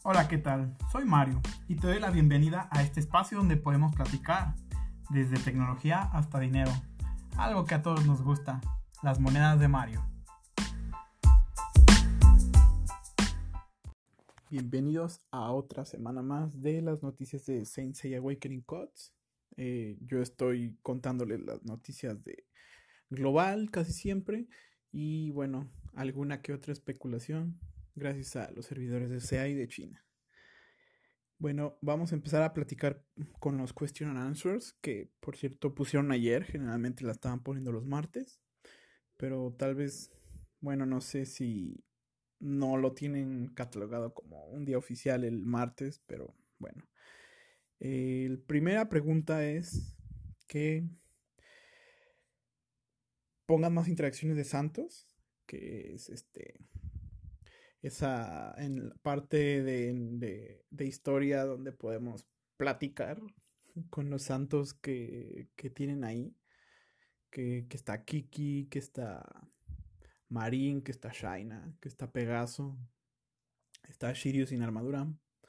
Hola, ¿qué tal? Soy Mario y te doy la bienvenida a este espacio donde podemos platicar desde tecnología hasta dinero, algo que a todos nos gusta, las monedas de Mario. Bienvenidos a otra semana más de las noticias de Saint Seiya Awakening Codes. Yo estoy contándoles las noticias de global casi siempre y bueno, alguna que otra especulación gracias a los servidores de SEA y de China. Bueno, vamos a empezar a platicar con los question and answers, que por cierto pusieron ayer, generalmente la estaban poniendo los martes, pero tal vez, bueno, no sé si no lo tienen catalogado como un día oficial el martes, pero bueno. La primera pregunta es que pongan más interacciones de Santos, que es esa en la parte de historia donde podemos platicar con los santos que tienen ahí. Que está Kiki, que está Marin, que está Shaina, que está Pegaso, está Shiryu sin armadura.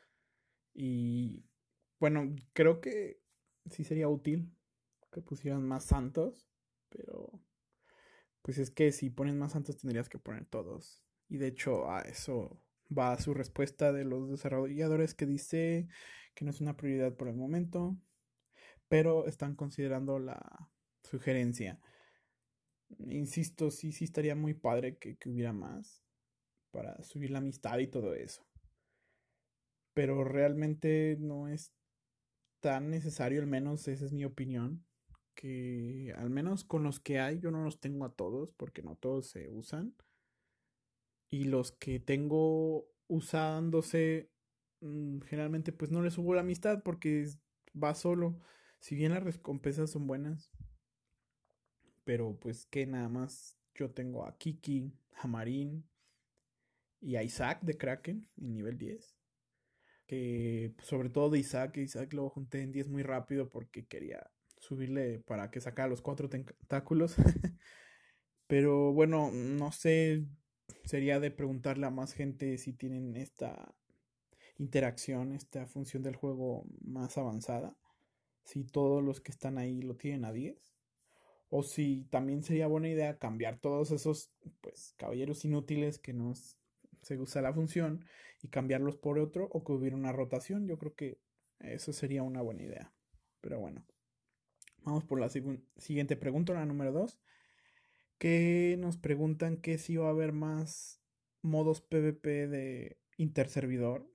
Y bueno, creo que sí sería útil que pusieran más santos, pero pues es que si ponen más santos tendrías que poner todos. Y de hecho a eso va su respuesta de los desarrolladores que dice que no es una prioridad por el momento, pero están considerando la sugerencia. Insisto, sí estaría muy padre que hubiera más para subir la amistad y todo eso. Pero realmente no es tan necesario, al menos esa es mi opinión, que al menos con los que hay yo no los tengo a todos porque no todos se usan. Y los que tengo usándose, generalmente pues no les subo la amistad porque va solo. Si bien las recompensas son buenas, pero pues que nada más yo tengo a Kiki, a Marin y a Isaac de Kraken en nivel 10. Que pues, sobre todo de Isaac lo junté en 10 muy rápido porque quería subirle para que sacara los 4 tentáculos. Pero bueno, no sé, sería de preguntarle a más gente si tienen esta interacción, esta función del juego más avanzada. Si todos los que están ahí lo tienen a 10. O si también sería buena idea cambiar todos esos pues caballeros inútiles que no se usa la función y cambiarlos por otro o que hubiera una rotación. Yo creo que eso sería una buena idea. Pero bueno, vamos por la siguiente pregunta, la número 2, que nos preguntan que si va a haber más modos PvP de interservidor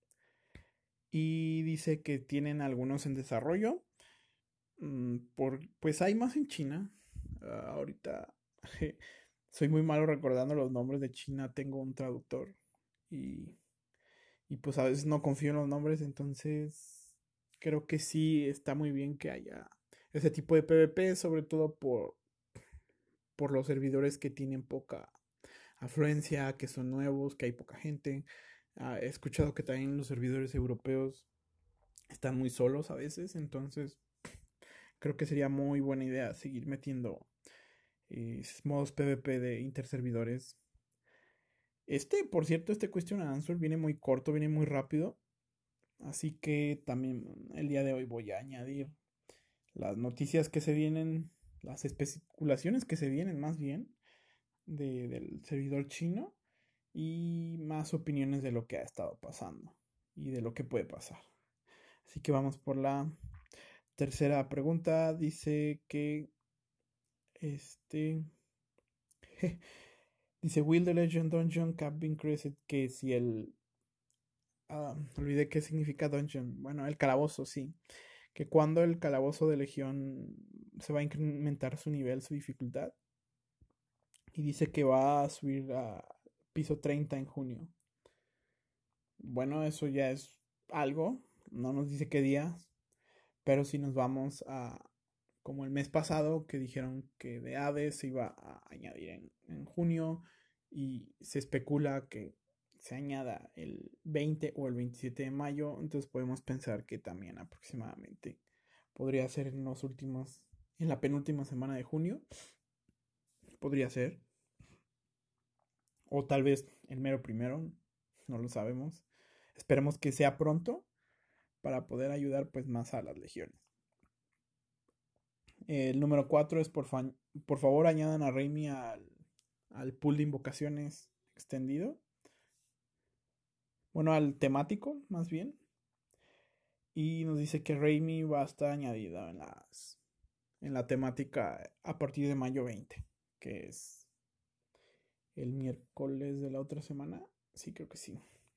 y dice que tienen algunos en desarrollo. Pues hay más en China. Ahorita soy muy malo recordando los nombres de China. Tengo un traductor y, y pues a veces no confío en los nombres. Entonces creo que sí está muy bien que haya ese tipo de PvP, sobre todo por los servidores que tienen poca afluencia, que son nuevos, que hay poca gente. He escuchado que también los servidores europeos están muy solos a veces. Entonces creo que sería muy buena idea seguir metiendo modos PvP de interservidores. Por cierto, este question and answer viene muy corto, viene muy rápido. Así que también el día de hoy voy a añadir las noticias que se vienen, las especulaciones que se vienen más bien del servidor chino y más opiniones de lo que ha estado pasando y de lo que puede pasar. Así que vamos por la tercera pregunta. Dice que este dice, Will the Legend Dungeon Cap be increased? Que si el... olvidé qué significa dungeon. Bueno, el calabozo, sí. Que cuando el calabozo de Legión se va a incrementar su nivel, su dificultad. Y dice que va a subir a piso 30 en junio. Bueno, eso ya es algo. No nos dice qué día. Pero si nos vamos a... Como el mes pasado, que dijeron que de Hades se iba a añadir en junio. Y se especula que se añada el 20 o el 27 de mayo. Entonces podemos pensar que también aproximadamente podría ser en la penúltima semana de junio. Podría ser. O tal vez el mero primero. No lo sabemos. Esperemos que sea pronto para poder ayudar pues más a las legiones. El número 4 es por favor añadan a Raimi al pool de invocaciones extendido. Bueno, al temático más bien. Y nos dice que Raimi va a estar añadido en la temática a partir de mayo 20, que es el miércoles de la otra semana. Sí, creo que sí.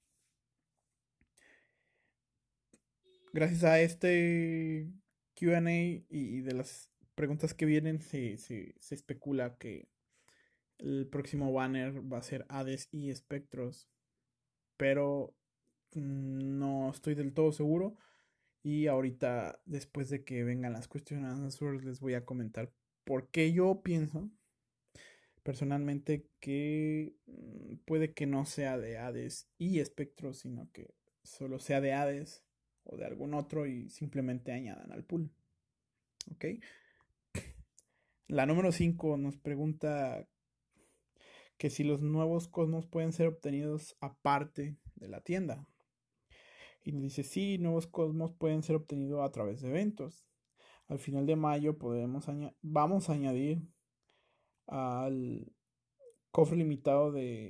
Gracias a este QA y de las preguntas que vienen, se especula que el próximo banner va a ser Hades y Espectros, pero no estoy del todo seguro. Y ahorita, después de que vengan las question and answers, les voy a comentar por qué yo pienso personalmente que puede que no sea de Hades y Espectros, sino que solo sea de Hades o de algún otro y simplemente añadan al pool. ¿Ok? La número 5 nos pregunta que si los nuevos cosmos pueden ser obtenidos aparte de la tienda. Y nos dice, sí, nuevos cosmos pueden ser obtenidos a través de eventos. Al final de mayo vamos a añadir al cofre limitado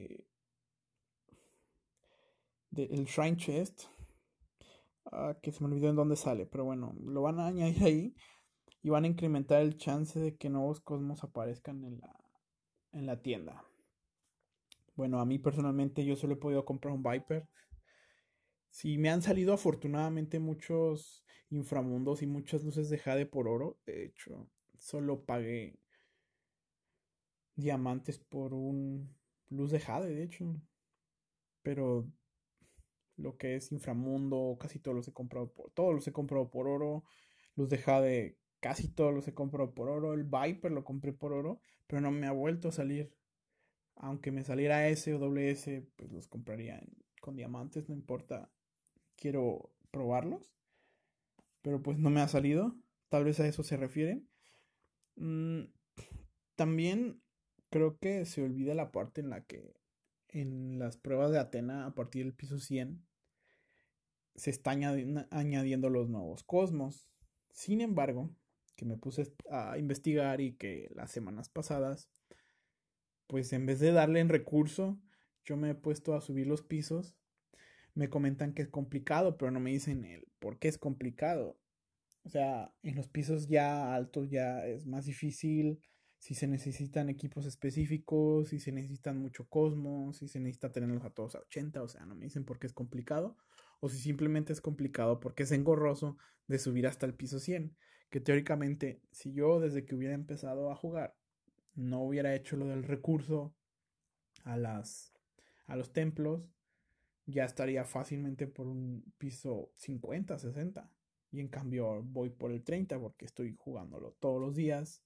de el Shrine Chest, que se me olvidó en dónde sale, pero bueno, lo van a añadir ahí y van a incrementar el chance de que nuevos cosmos aparezcan en la tienda. Bueno, a mí personalmente yo solo he podido comprar un Viper. Sí, me han salido afortunadamente muchos inframundos y muchas luces de jade por oro. De hecho, solo pagué diamantes por un luz de jade, de hecho. Pero lo que es inframundo, casi todos los he comprado por oro. Luz de jade, casi todos los he comprado por oro. El Viper lo compré por oro, pero no me ha vuelto a salir. Aunque me saliera S o doble S, pues los compraría con diamantes, no importa. Quiero probarlos, pero pues no me ha salido. Tal vez a eso se refiere. Mm, También creo que se olvida la parte en la que en las pruebas de Atena a partir del piso 100 se está añadiendo los nuevos cosmos. Sin embargo, que me puse a investigar y que las semanas pasadas, pues en vez de darle en recurso, yo me he puesto a subir los pisos. Me comentan que es complicado, pero no me dicen el por qué es complicado. O sea, en los pisos ya altos ya es más difícil. Si se necesitan equipos específicos, si se necesitan mucho cosmos, si se necesita tenerlos a todos a 80, o sea, no me dicen por qué es complicado. O si simplemente es complicado porque es engorroso de subir hasta el piso 100. Que teóricamente, si yo desde que hubiera empezado a jugar no hubiera hecho lo del recurso a a los templos, ya estaría fácilmente por un piso 50, 60. Y en cambio voy por el 30 porque estoy jugándolo todos los días.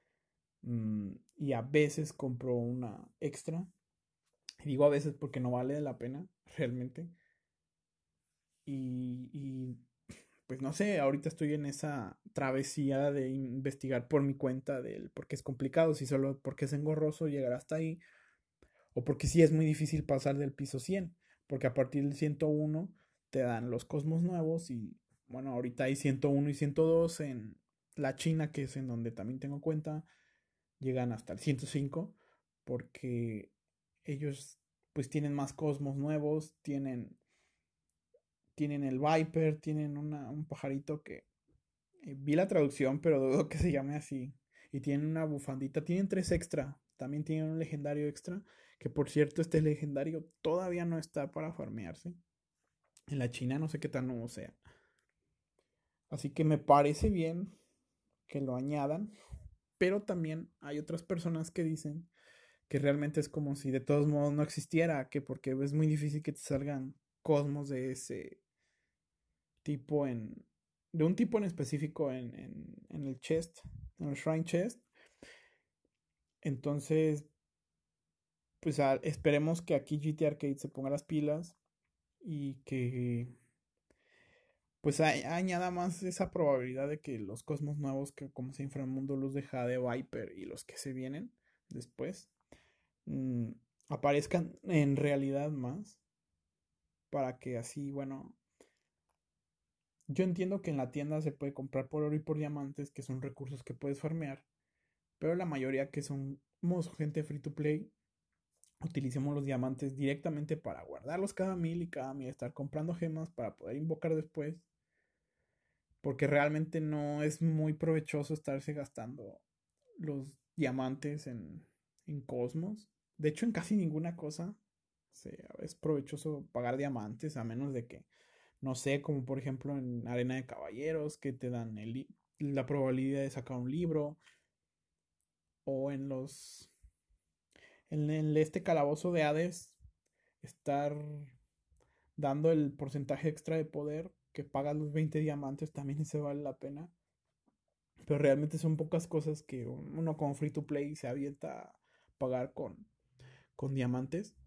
Y a veces compro una extra. Y digo a veces porque no vale la pena realmente. Y pues no sé, ahorita estoy en esa travesía de investigar por mi cuenta del por qué es complicado, si solo porque es engorroso llegar hasta ahí o porque sí es muy difícil pasar del piso 100, porque a partir del 101 te dan los cosmos nuevos y bueno, ahorita hay 101 y 102 en la China, que es en donde también tengo cuenta, llegan hasta el 105 porque ellos pues tienen más cosmos nuevos, tienen el Viper, tienen un pajarito que vi la traducción, pero dudo que se llame así. Y tienen una bufandita. Tienen tres extra. También tienen un legendario extra. Que por cierto, este legendario todavía no está para farmearse. En la China no sé qué tan nuevo sea. Así que me parece bien que lo añadan. Pero también hay otras personas que dicen que realmente es como si de todos modos no existiera. Que porque es muy difícil que te salgan cosmos de ese tipo de un tipo en específico en el chest, en el shrine chest. Entonces, pues esperemos que aquí GT Arcade se ponga las pilas y que pues añada más esa probabilidad de que los cosmos nuevos que como se Inframundo, Luz de Jade, Viper y los que se vienen después mmm, aparezcan en realidad más para que así, bueno, yo entiendo que en la tienda se puede comprar por oro y por diamantes, que son recursos que puedes farmear, pero la mayoría que somos gente free to play, utilicemos los diamantes directamente para guardarlos cada mil y cada mil estar comprando gemas para poder invocar después, porque realmente no es muy provechoso estarse gastando los diamantes en Cosmos. De hecho, en casi ninguna cosa es provechoso pagar diamantes, a menos de que, no sé, como por ejemplo en Arena de Caballeros, que te dan la probabilidad de sacar un libro, o en este calabozo de Hades, estar dando el porcentaje extra de poder que pagas los 20 diamantes también se vale la pena. Pero realmente son pocas cosas que uno como free to play se avienta a pagar con diamantes.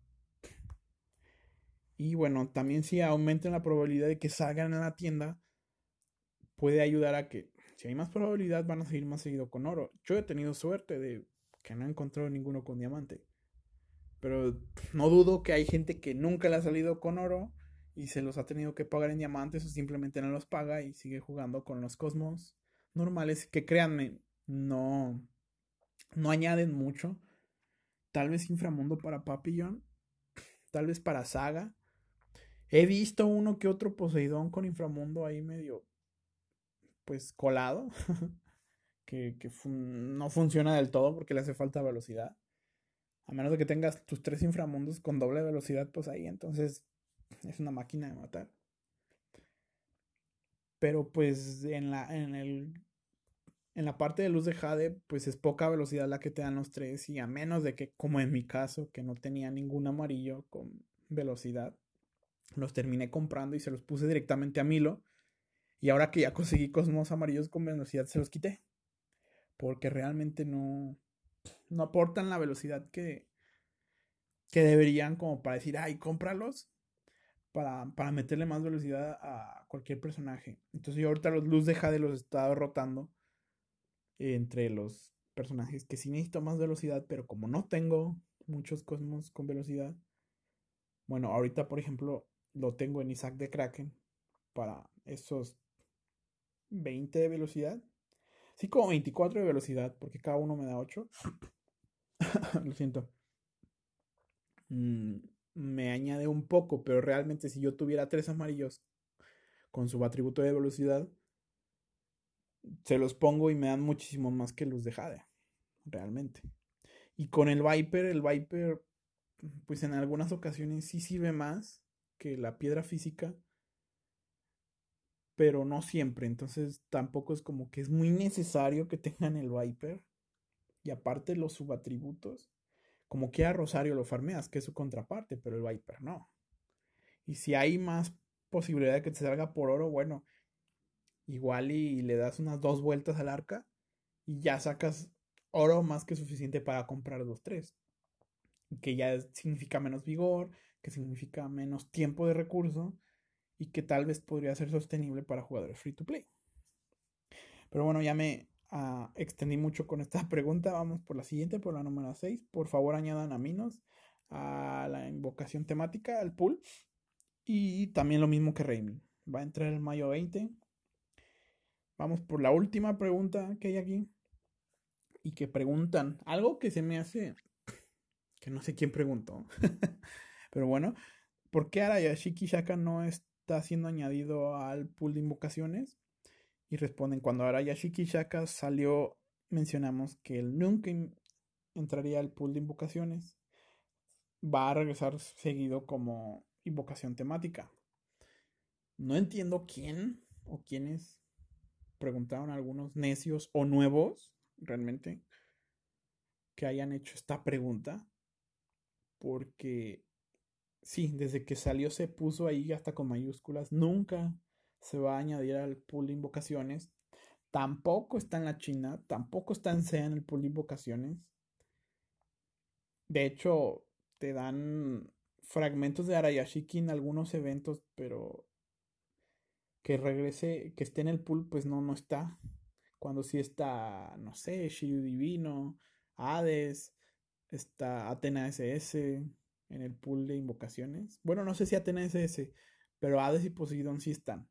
Y bueno, también si aumentan la probabilidad de que salgan en la tienda, puede ayudar a que si hay más probabilidad van a seguir más seguido con oro. Yo he tenido suerte de que no he encontrado ninguno con diamante. Pero no dudo que hay gente que nunca le ha salido con oro y se los ha tenido que pagar en diamantes o simplemente no los paga y sigue jugando con los cosmos normales que créanme, no añaden mucho. Tal vez inframundo para Papillon, tal vez para Saga. He visto uno que otro Poseidón con inframundo ahí medio pues colado, no funciona del todo porque le hace falta velocidad. A menos de que tengas tus tres inframundos con doble velocidad, pues ahí entonces es una máquina de matar. Pero pues en la parte de luz de Jade, pues es poca velocidad la que te dan los tres. Y a menos de que, como en mi caso, que no tenía ningún amarillo con velocidad, los terminé comprando y se los puse directamente a Milo. Y ahora que ya conseguí cosmos amarillos con velocidad, se los quité. Porque realmente no aportan la velocidad que deberían como para decir, ay, cómpralos para meterle más velocidad a cualquier personaje. Entonces yo ahorita los luz de Jade los he estado rotando entre los personajes que sí necesito más velocidad, pero como no tengo muchos cosmos con velocidad, bueno, ahorita por ejemplo lo tengo en Isaac de Kraken para esos 20 de velocidad. Sí, como 24 de velocidad, porque cada uno me da 8. Lo siento. Mm, me añade un poco, pero realmente si yo tuviera tres amarillos con su atributo de velocidad, se los pongo y me dan muchísimo más que los de Jade, realmente. Y con el Viper, pues en algunas ocasiones sí sirve más que la piedra física, pero no siempre. Entonces tampoco es como que es muy necesario que tengan el Viper. Y aparte los subatributos, como que a Rosario lo farmeas, que es su contraparte, pero el Viper no. Y si hay más posibilidad de que te salga por oro, bueno, igual y le das unas dos vueltas al arca y ya sacas oro más que suficiente para comprar los tres. Que ya significa menos vigor, que significa menos tiempo de recurso y que tal vez podría ser sostenible para jugadores free to play. Pero bueno, ya me extendí mucho con esta pregunta. Vamos por la siguiente, por la número 6. Por favor, añadan a Minos a la invocación temática, al pool. Y también lo mismo que Raimi. Va a entrar el mayo 20. Vamos por la última pregunta que hay aquí. Y que preguntan algo que se me hace que no sé quién preguntó. Pero bueno, ¿por qué Arayashiki Shaka no está siendo añadido al pool de invocaciones? Y responden, cuando Arayashiki Shaka salió, mencionamos que él nunca entraría al pool de invocaciones. Va a regresar seguido como invocación temática. No entiendo quién o quiénes preguntaron, algunos necios o nuevos realmente que hayan hecho esta pregunta. Porque sí, desde que salió se puso ahí hasta con mayúsculas. Nunca se va a añadir al pool de invocaciones. Tampoco está en la China. Tampoco está en SEA en el pool de invocaciones. De hecho, te dan fragmentos de Arayashiki en algunos eventos, pero que regrese, que esté en el pool, pues no está. Cuando sí está, no sé, Shiryu Divino, Hades, está Athena SS. en el pool de invocaciones. Bueno, no sé si Atena es ese, pero Hades y Poseidón sí están.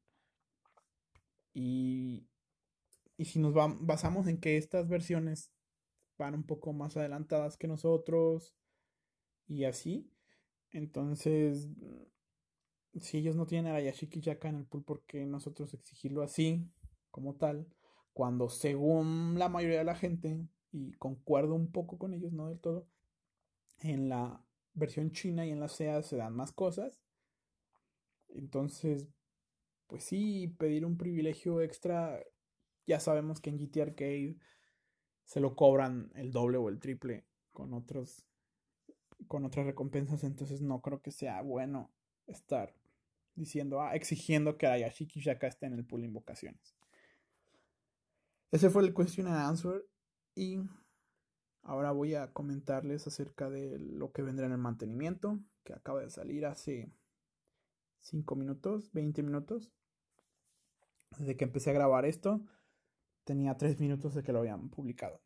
Y, y si nos basamos en que estas versiones van un poco más adelantadas que nosotros y así, entonces, si ellos no tienen a la Yashiki Yaka en el pool, ¿por qué nosotros exigirlo así, como tal? Cuando según la mayoría de la gente, y concuerdo un poco con ellos, no del todo, en la versión china y en la SEA se dan más cosas. Entonces, pues sí, pedir un privilegio extra, ya sabemos que en GT Arcade se lo cobran el doble o el triple con con otras recompensas, entonces no creo que sea bueno estar diciendo, exigiendo que la Yashiki Shaka esté en el pool de invocaciones. Ese fue el question and answer y ahora voy a comentarles acerca de lo que vendrá en el mantenimiento, que acaba de salir hace 5 minutos, 20 minutos. Desde que empecé a grabar esto, tenía 3 minutos de que lo habían publicado.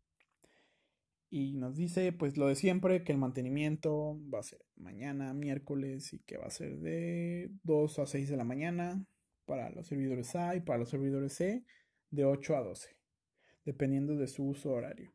Y nos dice, pues lo de siempre, que el mantenimiento va a ser mañana, miércoles, y que va a ser de 2 a 6 de la mañana para los servidores A y para los servidores C, de 8 a 12, dependiendo de su uso horario.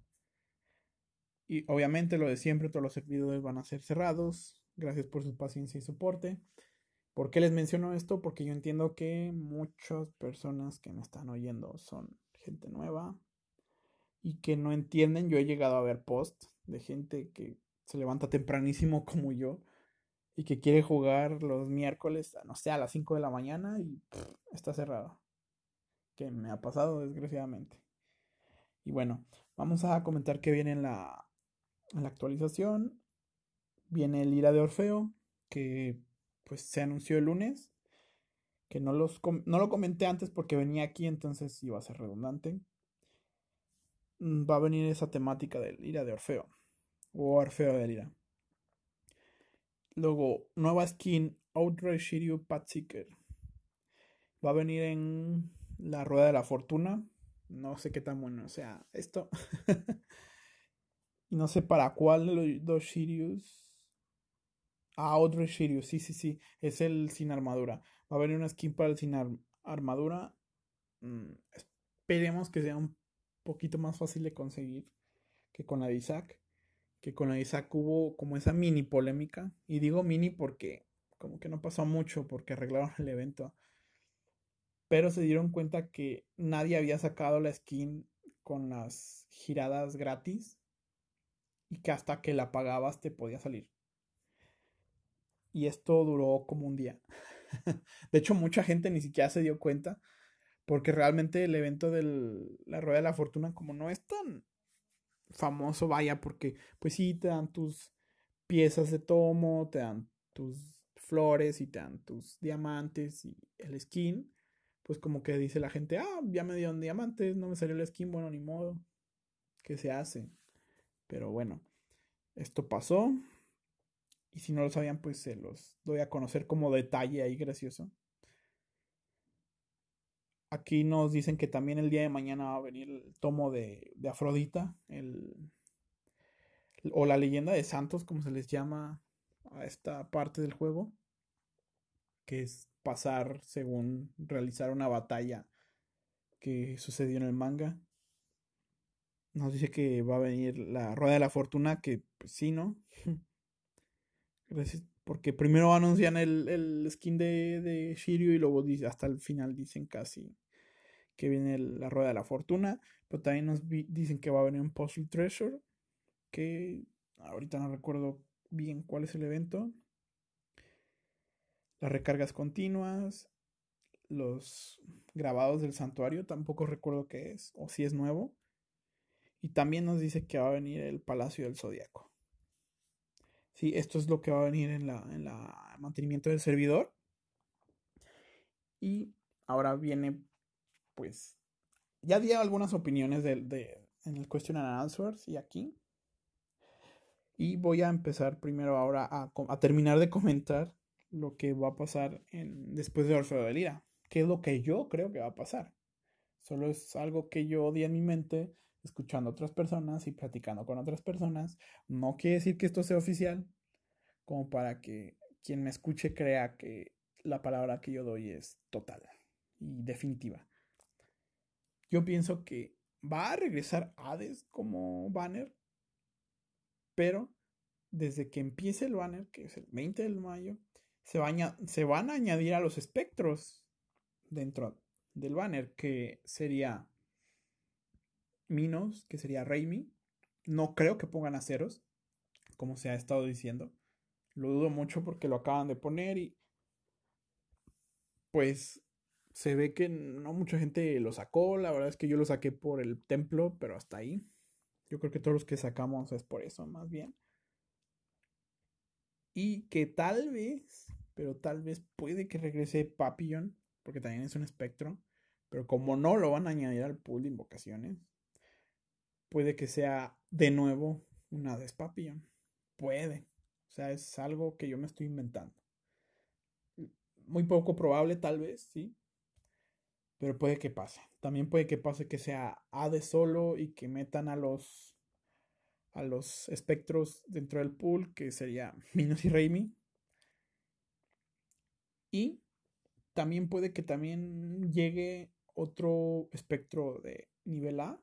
Y obviamente lo de siempre, todos los servidores van a ser cerrados. Gracias por su paciencia y soporte. ¿Por qué les menciono esto? Porque yo entiendo que muchas personas que me están oyendo son gente nueva y que no entienden. Yo he llegado a ver posts de gente que se levanta tempranísimo como yo y que quiere jugar los miércoles, no sé, a las 5 de la mañana y está cerrado. Que me ha pasado desgraciadamente. Y bueno, vamos a comentar que viene en la actualización. Viene el Ira de Orfeo, que pues se anunció el lunes, que no lo comenté antes porque venía aquí, entonces iba a ser redundante. Va a venir esa temática del Ira de Orfeo, o Orfeo del Ira. Luego, nueva skin, Outrage Shiryu Pathseeker. Va a venir en la Rueda de la Fortuna. No sé qué tan bueno sea esto. Y no sé para cuál de los dos Shiryus. Outrage Shiryu, sí, sí, sí. Es el sin armadura. Va a venir una skin para el sin armadura. Esperemos que sea un poquito más fácil de conseguir que con la de Isaac. Que con la de Isaac hubo como esa mini polémica. Y digo mini porque como que no pasó mucho porque arreglaron el evento. Pero se dieron cuenta que nadie había sacado la skin con las giradas gratis. Y que hasta que la pagabas te podía salir. Y esto duró como un día. De hecho, mucha gente ni siquiera se dio cuenta. Porque realmente el evento de la Rueda de la Fortuna, como no es tan famoso, vaya, porque pues sí, te dan tus piezas de tomo, te dan tus flores y te dan tus diamantes y el skin. Pues como que dice la gente, ya me dieron diamantes, no me salió el skin, bueno, ni modo, ¿qué se hace? Pero bueno, esto pasó. Y si no lo sabían, pues se los doy a conocer como detalle ahí gracioso. Aquí nos dicen que también el día de mañana va a venir el tomo de Afrodita, o la leyenda de Santos, como se les llama a esta parte del juego, que es pasar según realizar una batalla que sucedió en el manga. Nos dice que va a venir la Rueda de la Fortuna, que pues sí, ¿no? Gracias, porque primero anuncian el skin de Shiryu y luego hasta el final dicen casi que viene la Rueda de la Fortuna, pero también nos dicen que va a venir un Puzzle Treasure, que ahorita no recuerdo bien cuál es el evento. Las recargas continuas, los grabados del santuario, tampoco recuerdo qué es, o si es nuevo. Y también nos dice que va a venir el Palacio del Zodiaco. Sí, esto es lo que va a venir en la mantenimiento del servidor. Y ahora viene, pues, ya di algunas opiniones en el Question and Answers y aquí. Y voy a empezar primero ahora a terminar de comentar lo que va a pasar después de Orfeo de Lira. ¿Qué es lo que yo creo que va a pasar? Solo es algo que yo di en mi mente, escuchando a otras personas y platicando con otras personas. No quiere decir que esto sea oficial, como para que quien me escuche crea que la palabra que yo doy es total y definitiva. Yo pienso que va a regresar Hades como banner, pero desde que empiece el banner, que es el 20 de mayo, se van a añadir a los espectros dentro del banner, que sería Minos, que sería Raimi. No creo que pongan a ceros, como se ha estado diciendo. Lo dudo mucho porque lo acaban de poner y pues se ve que no mucha gente lo sacó. La verdad es que yo lo saqué por el templo, pero hasta ahí. Yo creo que todos los que sacamos es por eso, más bien. Y que tal vez, pero tal vez puede que regrese Papillon, porque también es un espectro. Pero como no lo van a añadir al pool de invocaciones, puede que sea de nuevo una Hades Papillon. Puede. O sea, es algo que yo me estoy inventando. Muy poco probable, tal vez, sí. Pero puede que pase. También puede que pase que sea Hades solo y que metan a los espectros dentro del pool, que sería Minos y Raimi. Y también puede que también llegue otro espectro de nivel A.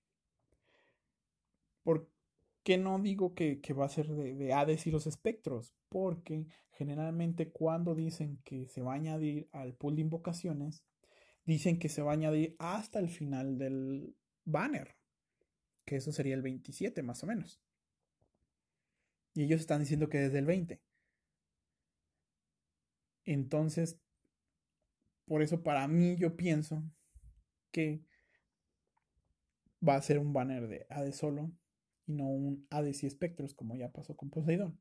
¿Por qué no digo que va a ser de Hades y los espectros? Porque generalmente cuando dicen que se va a añadir al pool de invocaciones, dicen que se va a añadir hasta el final del banner, que eso sería el 27 más o menos. Y ellos están diciendo que desde el 20. Entonces, por eso para mí yo pienso que va a ser un banner de Hades solo y no un Hades y espectros como ya pasó con Poseidón.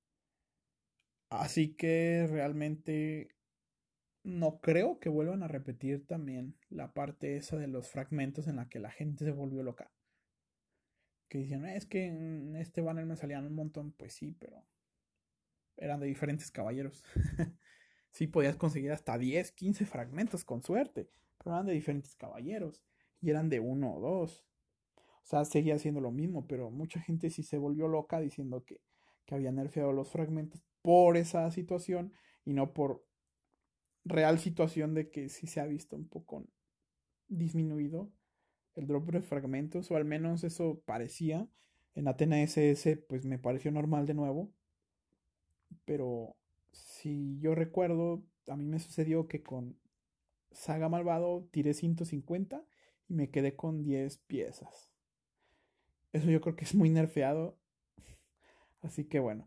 Así que realmente no creo que vuelvan a repetir también la parte esa de los fragmentos en la que la gente se volvió loca. Que dicen, es que en este banner me salían un montón. Pues sí, pero eran de diferentes caballeros. Sí, podías conseguir hasta 10, 15 fragmentos con suerte, pero eran de diferentes caballeros y eran de uno o dos. O sea, seguía haciendo lo mismo, pero mucha gente sí se volvió loca diciendo que habían nerfeado los fragmentos por esa situación y no por real situación de que sí se ha visto un poco disminuido el drop de fragmentos, o al menos eso parecía. En Athena SS, pues me pareció normal de nuevo, pero si yo recuerdo, a mí me sucedió que con Saga Malvado tiré 150 y me quedé con 10 piezas. Eso yo creo que es muy nerfeado. Así que bueno,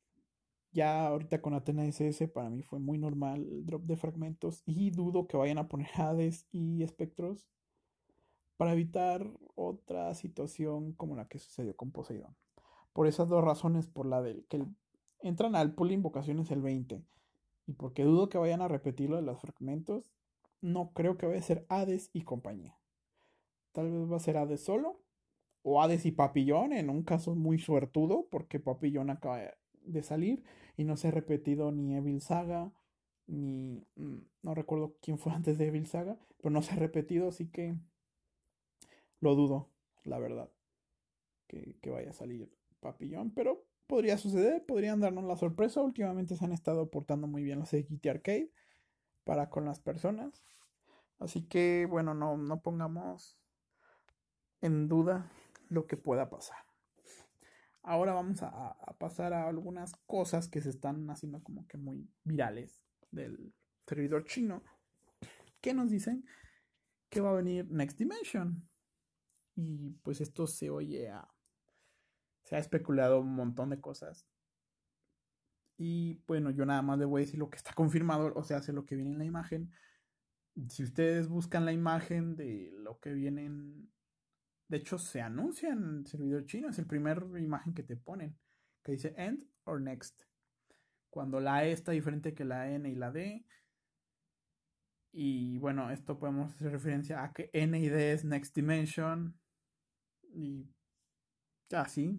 ya ahorita con Athena SS para mí fue muy normal el drop de fragmentos y dudo que vayan a poner Hades y espectros para evitar otra situación como la que sucedió con Poseidón. Por esas dos razones, por la del que entran al pool de invocaciones el 20 y porque dudo que vayan a repetir lo de los fragmentos, no creo que vaya a ser Hades y compañía. Tal vez va a ser Hades solo o Hades y Papillón en un caso muy suertudo porque Papillón acaba de salir y no se ha repetido ni Evil Saga ni no recuerdo quién fue antes de Evil Saga, pero no se ha repetido, así que lo dudo, la verdad, que vaya a salir Papillón, pero podría suceder, podrían darnos la sorpresa. Últimamente se han estado portando muy bien los de GT Arcade para con las personas. Así que, bueno, no pongamos en duda lo que pueda pasar. Ahora vamos a pasar a algunas cosas que se están haciendo como que muy virales del servidor chino. Que nos dicen que va a venir Next Dimension. Y pues esto se oye a... Se ha especulado un montón de cosas. Y bueno, yo nada más le voy a decir lo que está confirmado, o sea, hace lo que viene en la imagen. Si ustedes buscan la imagen de lo que vienen, de hecho se anuncia en el servidor chino, es el primer imagen que te ponen, que dice End or Next. Cuando la E está diferente que la N y la D. Y bueno, esto podemos hacer referencia a que N y D es Next Dimension. Y así.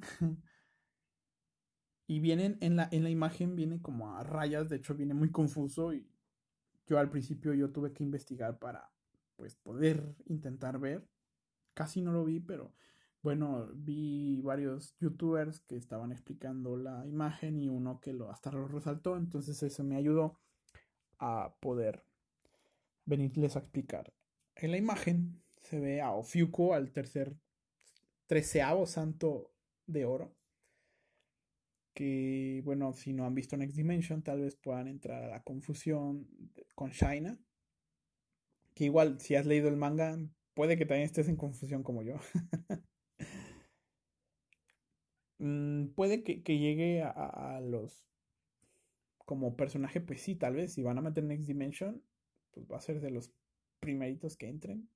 Y vienen en la imagen, viene como a rayas, de hecho viene muy confuso y yo al principio yo tuve que investigar para pues poder intentar ver. Casi no lo vi, pero Bueno, vi varios youtubers que estaban explicando la imagen y uno que hasta lo resaltó, entonces eso me ayudó a poder venirles a explicar. En la imagen se ve a Ofiuco, al treceavo santo de oro, que bueno, si no han visto Next Dimension, tal vez puedan entrar a la confusión con Shaina, que igual si has leído el manga, puede que también estés en confusión como yo. Puede que llegue a los como personaje, pues sí, tal vez si van a meter Next Dimension, pues va a ser de los primeritos que entren.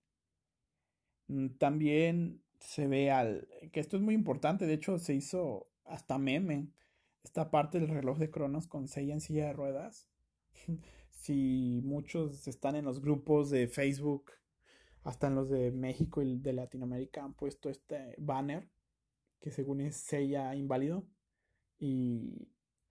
También se ve que esto es muy importante, de hecho se hizo hasta meme, esta parte del reloj de Cronos con Seiya en silla de ruedas. Si muchos están en los grupos de Facebook, hasta en los de México y de Latinoamérica han puesto este banner que según es Seiya inválido y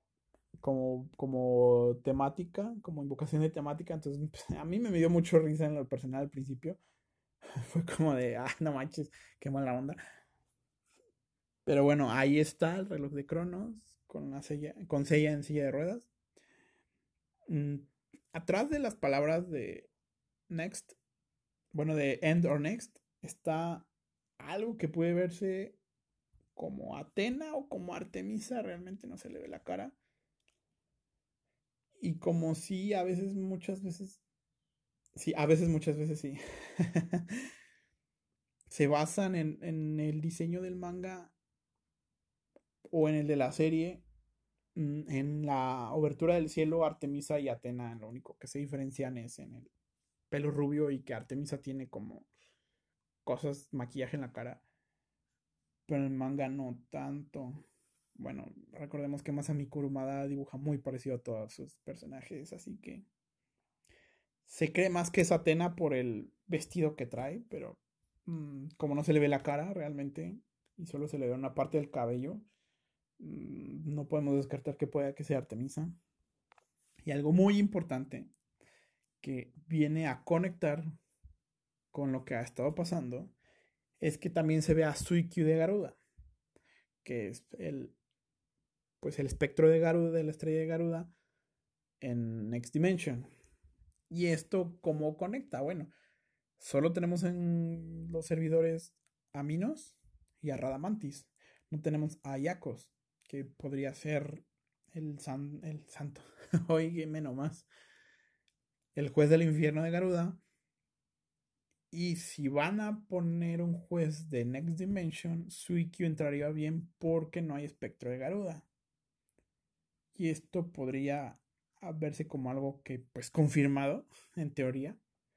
como temática, como invocación de temática, entonces a mí me dio mucho risa en lo personal al principio. Fue como de, no manches, qué mala onda. Pero bueno, ahí está el reloj de Cronos con Seiya en silla de ruedas. Mm, Atrás de las palabras de Next, bueno, de End or Next, está algo que puede verse como Atena o como Artemisa, realmente no se le ve la cara. Y como si a veces, muchas veces, sí, a veces, muchas veces sí, se basan en el diseño del manga o en el de la serie. En la obertura del cielo, Artemisa y Atena, lo único que se diferencian es en el pelo rubio y que Artemisa tiene como cosas, maquillaje en la cara, pero en el manga no tanto. Bueno, recordemos que Masami Kurumada dibuja muy parecido a todos sus personajes, así que se cree más que es Atena por el vestido que trae, pero como no se le ve la cara realmente y solo se le ve una parte del cabello, no podemos descartar que pueda que sea Artemisa. Y algo muy importante que viene a conectar con lo que ha estado pasando es que también se ve a Suikyu de Garuda, que es pues el espectro de Garuda, de la estrella de Garuda en Next Dimension. ¿Y esto cómo conecta? Bueno, solo tenemos en los servidores a Minos y a Radamantis. No tenemos a Yakos, que podría ser el santo. Oígame nomás. El juez del infierno de Garuda. Y si van a poner un juez de Next Dimension, Suikyu entraría bien porque no hay espectro de Garuda. Y esto podría verse como algo que, pues, confirmado, en teoría.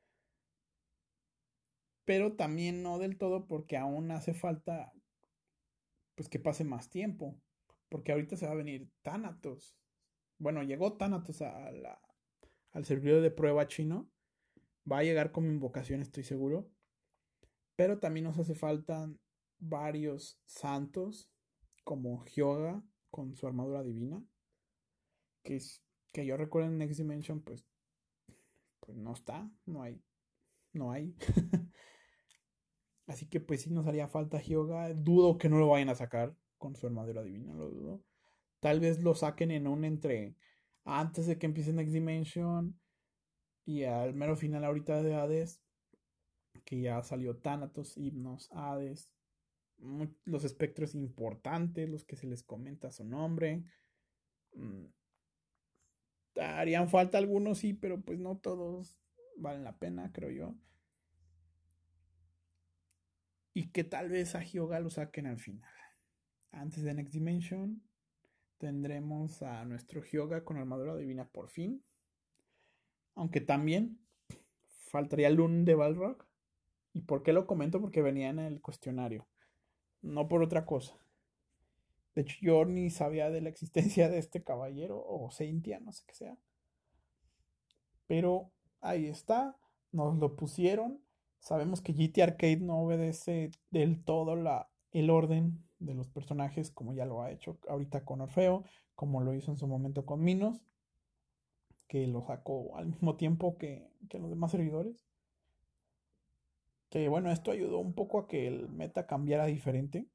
Pero también no del todo porque aún hace falta, pues, que pase más tiempo. Porque ahorita se va a venir Thanatos. Bueno, llegó Thanatos al servidor de prueba chino. Va a llegar como invocación, estoy seguro. Pero también nos hace falta varios santos, como Hyoga con su armadura divina, que, que yo recuerdo en Next Dimension, pues no está, no hay. Así que pues sí nos haría falta Hyoga. Dudo que no lo vayan a sacar con su armadura divina, lo dudo. Tal vez lo saquen en un entre antes de que empiece Next Dimension y al mero final ahorita de Hades, que ya salió Thanatos, Hypnos, Hades, los espectros importantes, los que se les comenta su nombre. Mm, Harían falta algunos, sí, pero pues no todos valen la pena, creo yo. Y que tal vez a Hyoga lo saquen al final. Antes de Next Dimension, tendremos a nuestro Hyoga con armadura divina por fin. Aunque también faltaría Lun de Balrog. ¿Y por qué lo comento? Porque venía en el cuestionario. No por otra cosa. De hecho, yo ni sabía de la existencia de este caballero o Seintia, no sé qué sea. Pero ahí está, nos lo pusieron. Sabemos que GT Arcade no obedece del todo el orden de los personajes como ya lo ha hecho ahorita con Orfeo, como lo hizo en su momento con Minos, que lo sacó al mismo tiempo que los demás servidores. Que bueno, esto ayudó un poco a que el meta cambiara diferente.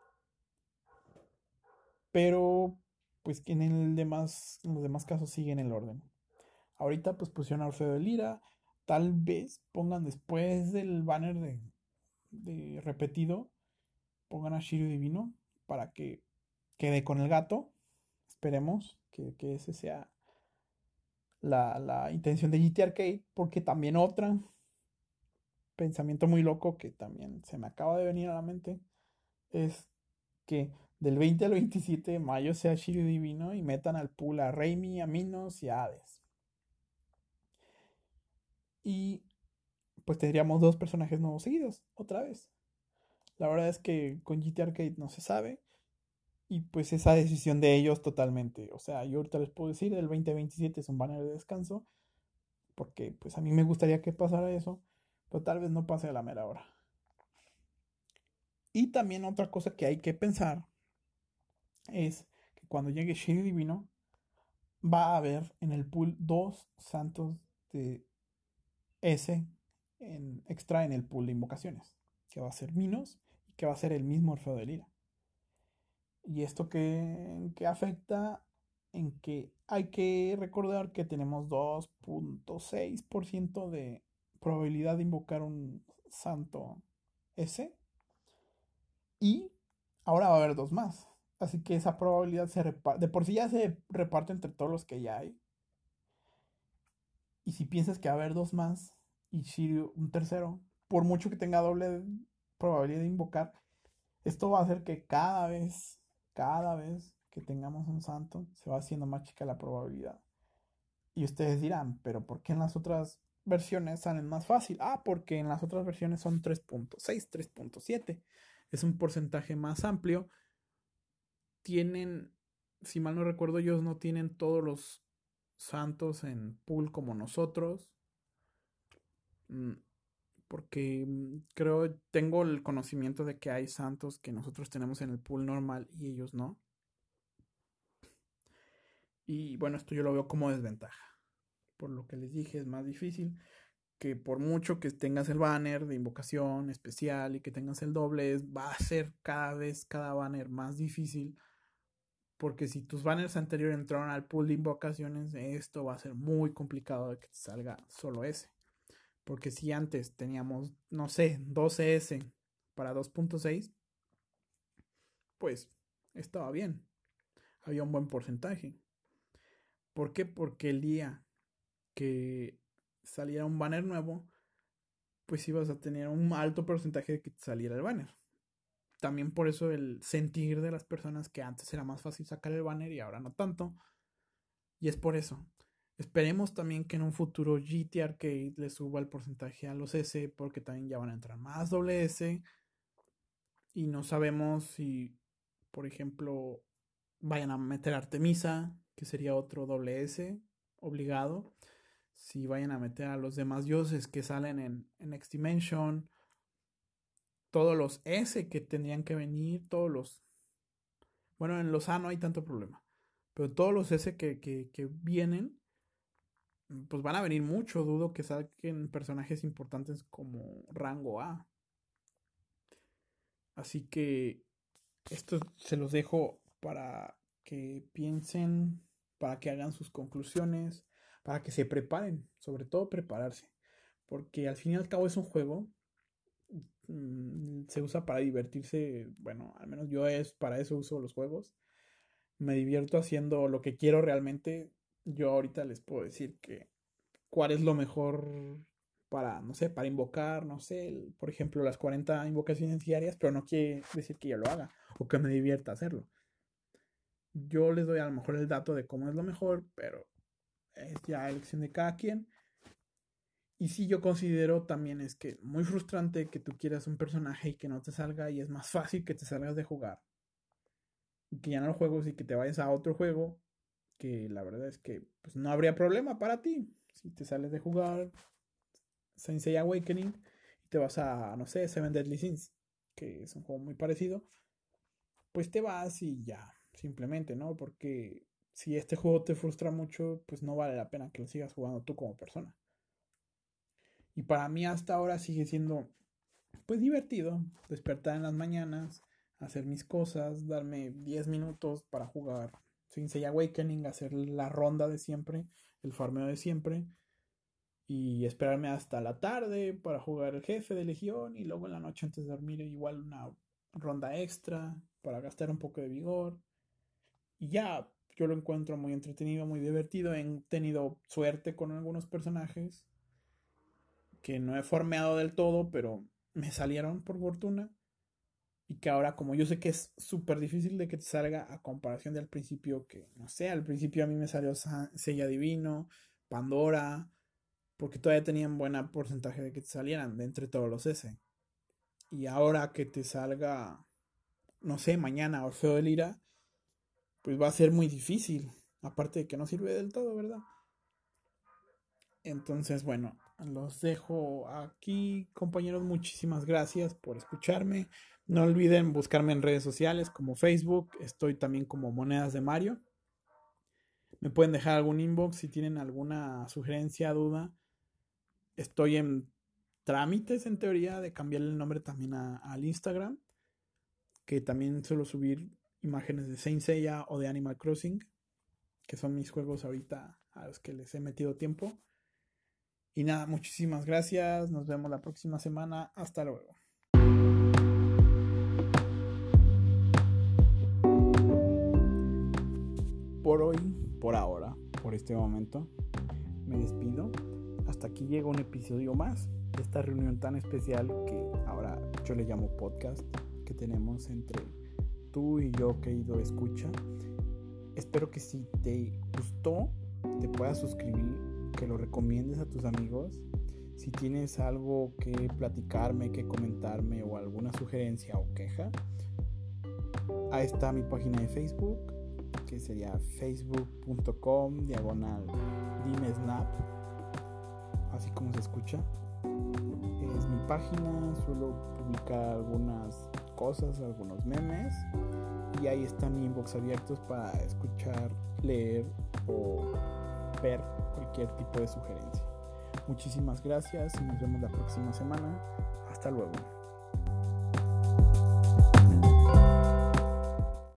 Pero pues que en los demás casos siguen el orden. Ahorita pues pusieron a Orfeo de Lira. Tal vez pongan después del banner de repetido, pongan a Shiryu Divino para que quede con el gato. Esperemos que ese sea la intención de GT Arcade. Porque también otra pensamiento muy loco que también se me acaba de venir a la mente es que del 20 al 27 de mayo sea Shiryu Divino y metan al pool a Raimi, a Minos y a Hades. Y pues tendríamos dos personajes nuevos seguidos, otra vez. La verdad es que con GT Arcade no se sabe. Y pues esa decisión de ellos totalmente. O sea, yo ahorita les puedo decir, el 2027 es un banner de descanso. Porque pues a mí me gustaría que pasara eso. Pero tal vez no pase a la mera hora. Y también otra cosa que hay que pensar es que cuando llegue Shiryu Divino, va a haber en el pool dos santos de S extra en el pool de invocaciones. Que va a ser Minos y que va a ser el mismo Orfeo de Lira. Y esto que afecta en que hay que recordar que tenemos 2.6% de probabilidad de invocar un santo S. Y ahora va a haber dos más. Así que esa probabilidad se reparte. De por sí ya se reparte entre todos los que ya hay. Y si piensas que va a haber dos más y Shiryu un tercero, por mucho que tenga doble probabilidad de invocar, esto va a hacer que cada vez que tengamos un santo, se va haciendo más chica la probabilidad. Y ustedes dirán, pero ¿por qué en las otras versiones salen más fácil? Ah, porque en las otras versiones son 3.6, 3.7. Es un porcentaje más amplio. Tienen, si mal no recuerdo, ellos no tienen todos los santos en pool como nosotros. Mm, Porque creo, tengo el conocimiento de que hay santos que nosotros tenemos en el pool normal y ellos no. Y bueno, esto yo lo veo como desventaja. Por lo que les dije, es más difícil que por mucho que tengas el banner de invocación especial y que tengas el doble, va a ser cada vez cada banner más difícil. Porque si tus banners anteriores entraron al pool de invocaciones, esto va a ser muy complicado de que te salga solo ese. Porque si antes teníamos, no sé, 12S para 2.6, pues estaba bien. Había un buen porcentaje. ¿Por qué? Porque el día que saliera un banner nuevo, pues ibas a tener un alto porcentaje de que te saliera el banner. También por eso el sentir de las personas que antes era más fácil sacar el banner y ahora no tanto. Y es por eso. Esperemos también que en un futuro GT Arcade le suba el porcentaje a los S porque también ya van a entrar más doble S y no sabemos si, por ejemplo, vayan a meter Artemisa, que sería otro doble S obligado. Si vayan a meter a los demás dioses que salen en Next Dimension, todos los S que tendrían que venir, todos los... Bueno, en los A no hay tanto problema, pero todos los S que vienen, pues van a venir mucho. Dudo que saquen personajes importantes como rango A. Así que esto se los dejo para que piensen, para que hagan sus conclusiones, para que se preparen, sobre todo prepararse, porque al fin y al cabo es un juego, se usa para divertirse, bueno, al menos yo es para eso uso los juegos, me divierto haciendo lo que quiero realmente. Yo ahorita les puedo decir que cuál es lo mejor para, no sé, para invocar, no sé, por ejemplo, las 40 invocaciones diarias, pero no quiere decir que yo lo haga o que me divierta hacerlo. Yo les doy a lo mejor el dato de cómo es lo mejor, pero es ya elección de cada quien. Y sí, yo considero también es que muy frustrante que tú quieras un personaje y que no te salga y es más fácil que te salgas de jugar y que ya no lo juegos y que te vayas a otro juego que la verdad es que pues, no habría problema para ti si te sales de jugar Sensei Awakening y te vas a, no sé, Seven Deadly Sins, que es un juego muy parecido, pues te vas y ya, simplemente, ¿no? Porque si este juego te frustra mucho, pues no vale la pena que lo sigas jugando tú como persona. Y para mí hasta ahora sigue siendo pues divertido. Despertar en las mañanas, hacer mis cosas, darme 10 minutos para jugar Saint Seiya Awakening, hacer la ronda de siempre, el farmeo de siempre, y esperarme hasta la tarde para jugar el jefe de Legión, y luego en la noche antes de dormir igual una ronda extra para gastar un poco de vigor. Y ya, yo lo encuentro muy entretenido, muy divertido. He tenido suerte con algunos personajes que no he formeado del todo, pero me salieron por fortuna. Y que ahora, como yo sé que es súper difícil de que te salga a comparación del principio, que no sé, al principio a mí me salió Sella Divino, Pandora, porque todavía tenían buen porcentaje de que te salieran de entre todos los S. Y ahora que te salga, no sé, mañana Orfeo de Lira, pues va a ser muy difícil. Aparte de que no sirve del todo, ¿verdad? Entonces, bueno, los dejo aquí, compañeros. Muchísimas gracias por escucharme. No olviden buscarme en redes sociales como Facebook. Estoy también como Monedas de Mario. Me pueden dejar algún inbox si tienen alguna sugerencia, duda. Estoy en trámites, en teoría, de cambiarle el nombre también al Instagram. Que también suelo subir imágenes de Saint Seiya o de Animal Crossing. Que son mis juegos ahorita a los que les he metido tiempo. Y nada, muchísimas gracias. Nos vemos la próxima semana. Hasta luego. Por hoy, por ahora, por este momento, me despido. Hasta aquí llega un episodio más de esta reunión tan especial que ahora yo le llamo podcast, que tenemos entre tú y yo, querido escucha. Espero que si te gustó, te puedas suscribir, que lo recomiendes a tus amigos. Si tienes algo que platicarme, que comentarme o alguna sugerencia o queja, ahí está mi página de Facebook, que sería facebook.com/dimesnap, así como se escucha. Es mi página, suelo publicar algunas cosas, algunos memes, y ahí están mi inbox abiertos para escuchar, leer o ver cualquier tipo de sugerencia. Muchísimas gracias y nos vemos la próxima semana. Hasta luego.